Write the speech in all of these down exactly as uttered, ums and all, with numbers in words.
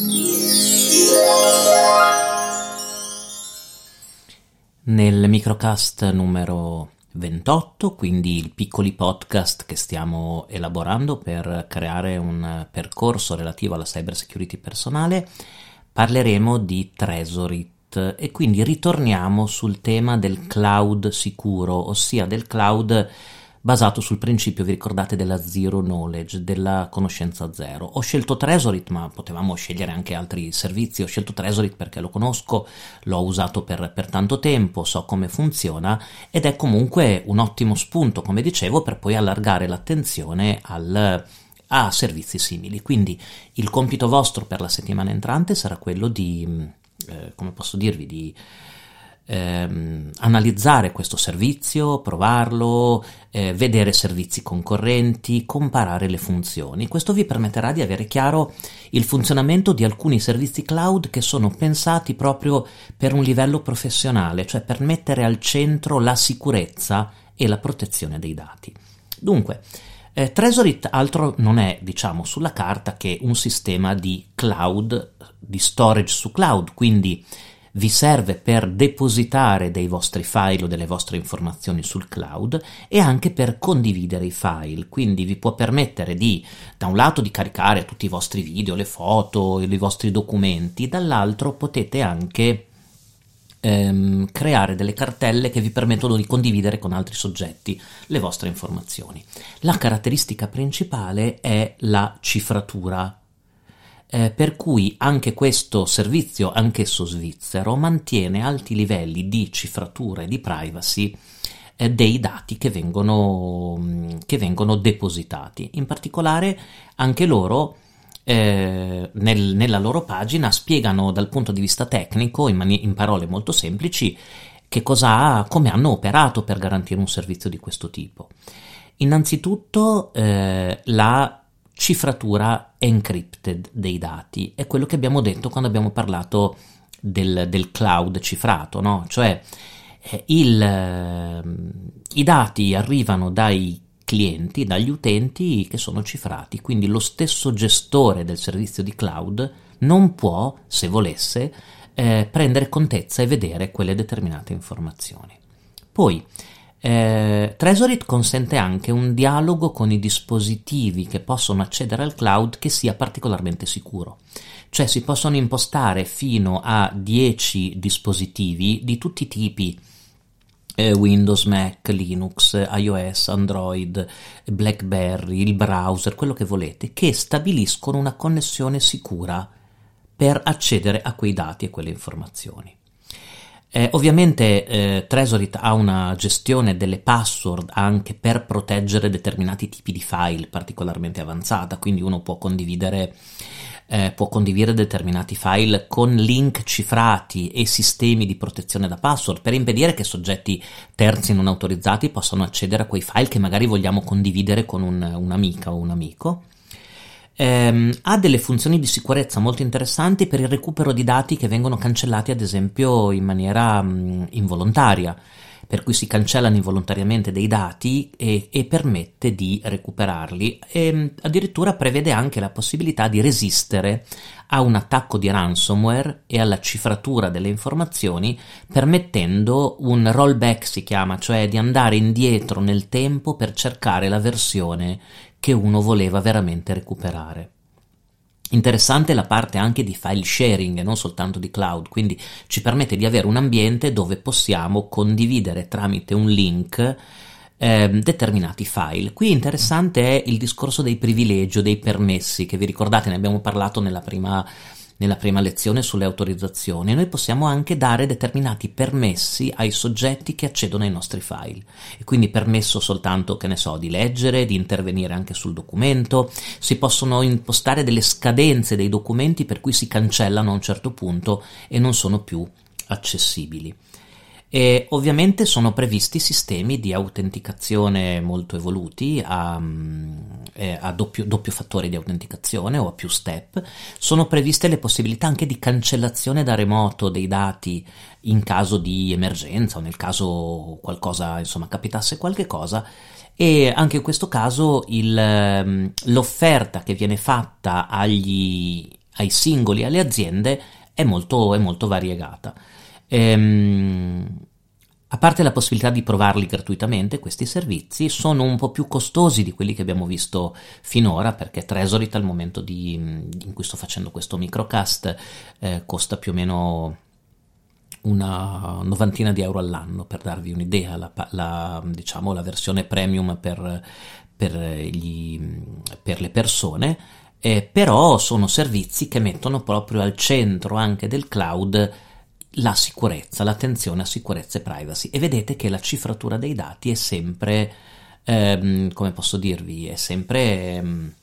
Nel microcast numero ventotto, quindi il piccoli podcast che stiamo elaborando per creare un percorso relativo alla cyber security personale, parleremo di Tresorit e quindi ritorniamo sul tema del cloud sicuro, ossia del cloud basato sul principio, vi ricordate, della zero knowledge, della conoscenza zero. Ho scelto Tresorit, ma potevamo scegliere anche altri servizi. Ho scelto Tresorit perché lo conosco, l'ho usato per, per tanto tempo, so come funziona ed è comunque un ottimo spunto, come dicevo, per poi allargare l'attenzione al, a servizi simili. Quindi il compito vostro per la settimana entrante sarà quello di, eh, come posso dirvi, di Ehm, analizzare questo servizio, provarlo, eh, vedere servizi concorrenti, comparare le funzioni. Questo vi permetterà di avere chiaro il funzionamento di alcuni servizi cloud che sono pensati proprio per un livello professionale, cioè per mettere al centro la sicurezza e la protezione dei dati. Dunque, eh, Tresorit altro non è, diciamo, sulla carta che un sistema di cloud, di storage su cloud, quindi vi serve per depositare dei vostri file o delle vostre informazioni sul cloud e anche per condividere i file, quindi vi può permettere di, da un lato, di caricare tutti i vostri video, le foto, i vostri documenti, dall'altro potete anche ehm, creare delle cartelle che vi permettono di condividere con altri soggetti le vostre informazioni. La caratteristica principale è la cifratura. Eh, per cui anche questo servizio, anch'esso svizzero, mantiene alti livelli di cifratura e di privacy eh, dei dati che vengono, che vengono depositati. In particolare anche loro eh, nel, nella loro pagina spiegano dal punto di vista tecnico, in, mani- in parole molto semplici, che cosa, come hanno operato per garantire un servizio di questo tipo. Innanzitutto eh, la cifratura encrypted dei dati è quello che abbiamo detto quando abbiamo parlato del, del cloud cifrato, no? Cioè eh, il, eh, i dati arrivano dai clienti, dagli utenti che sono cifrati, quindi lo stesso gestore del servizio di cloud non può, se volesse, eh, prendere contezza e vedere quelle determinate informazioni. Poi Eh, Tresorit consente anche un dialogo con i dispositivi che possono accedere al cloud che sia particolarmente sicuro, cioè si possono impostare fino a dieci dispositivi di tutti i tipi, eh, Windows, Mac, Linux, iOS, Android, BlackBerry, il browser, quello che volete, che stabiliscono una connessione sicura per accedere a quei dati e quelle informazioni. Eh, ovviamente eh, Tresorit ha una gestione delle password anche per proteggere determinati tipi di file particolarmente avanzata, quindi uno può condividere, eh, può condividere determinati file con link cifrati e sistemi di protezione da password per impedire che soggetti terzi non autorizzati possano accedere a quei file che magari vogliamo condividere con un, un'amica o un amico. Eh, ha delle funzioni di sicurezza molto interessanti per il recupero di dati che vengono cancellati, ad esempio, in maniera mh, involontaria, per cui si cancellano involontariamente dei dati e, e permette di recuperarli. E addirittura prevede anche la possibilità di resistere a un attacco di ransomware e alla cifratura delle informazioni, permettendo un rollback, si chiama, cioè di andare indietro nel tempo per cercare la versione che uno voleva veramente recuperare. Interessante la parte anche di file sharing e non soltanto di cloud, quindi ci permette di avere un ambiente dove possiamo condividere tramite un link eh, determinati file. Qui interessante è il discorso dei privilegi o dei permessi, che vi ricordate ne abbiamo parlato nella prima nella prima lezione sulle autorizzazioni. Noi possiamo anche dare determinati permessi ai soggetti che accedono ai nostri file, e quindi permesso soltanto, che ne so, di leggere, di intervenire anche sul documento. Si possono impostare delle scadenze dei documenti per cui si cancellano a un certo punto e non sono più accessibili. E ovviamente sono previsti sistemi di autenticazione molto evoluti a, a doppio, doppio fattore di autenticazione o a più step. Sono previste le possibilità anche di cancellazione da remoto dei dati in caso di emergenza o nel caso qualcosa, insomma, capitasse qualche cosa. E anche in questo caso il, l'offerta che viene fatta agli ai singoli e alle aziende è molto, è molto variegata. Ehm, a parte la possibilità di provarli gratuitamente, questi servizi sono un po' più costosi di quelli che abbiamo visto finora, perché Trezorit al momento di, in cui sto facendo questo microcast eh, costa più o meno una novantina di euro all'anno, per darvi un'idea. La, la, diciamo, la versione premium per, per, gli, per le persone, eh, però sono servizi che mettono proprio al centro anche del cloud la sicurezza, l'attenzione a sicurezza e privacy, e vedete che la cifratura dei dati è sempre, ehm, come posso dirvi, è sempre ehm,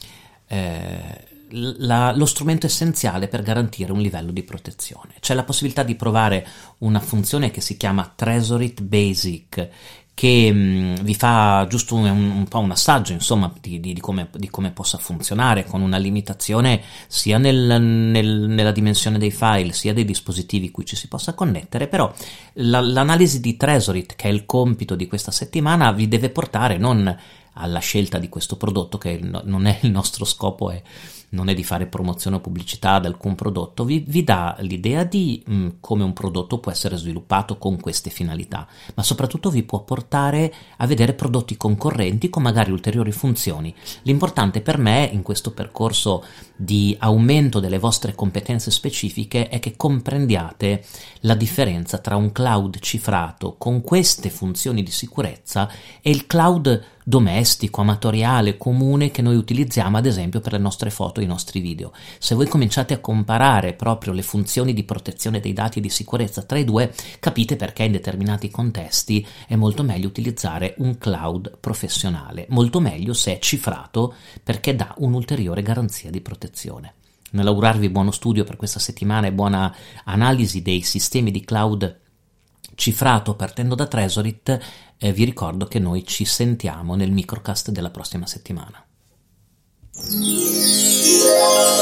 eh, la, lo strumento essenziale per garantire un livello di protezione. C'è la possibilità di provare una funzione che si chiama Trezorit Basic, che mh, vi fa giusto un, un po' un assaggio, insomma, di, di, di, come, di come possa funzionare, con una limitazione sia nel, nel, nella dimensione dei file, sia dei dispositivi cui ci si possa connettere. Però la, l'analisi di Trezorit, che è il compito di questa settimana, vi deve portare non alla scelta di questo prodotto, che non è il nostro scopo, è non è di fare promozione o pubblicità ad alcun prodotto, vi, vi dà l'idea di mh, come un prodotto può essere sviluppato con queste finalità, ma soprattutto vi può portare a vedere prodotti concorrenti con magari ulteriori funzioni. L'importante per me in questo percorso di aumento delle vostre competenze specifiche è che comprendiate la differenza tra un cloud cifrato con queste funzioni di sicurezza e il cloud domestico, amatoriale, comune che noi utilizziamo ad esempio per le nostre foto e i nostri video. Se voi cominciate a comparare proprio le funzioni di protezione dei dati e di sicurezza tra i due, capite perché in determinati contesti è molto meglio utilizzare un cloud professionale, molto meglio se è cifrato, perché dà un'ulteriore garanzia di protezione. Nell'augurarvi buono studio per questa settimana e buona analisi dei sistemi di cloud cifrato partendo da Trezorit, eh, vi ricordo che noi ci sentiamo nel microcast della prossima settimana.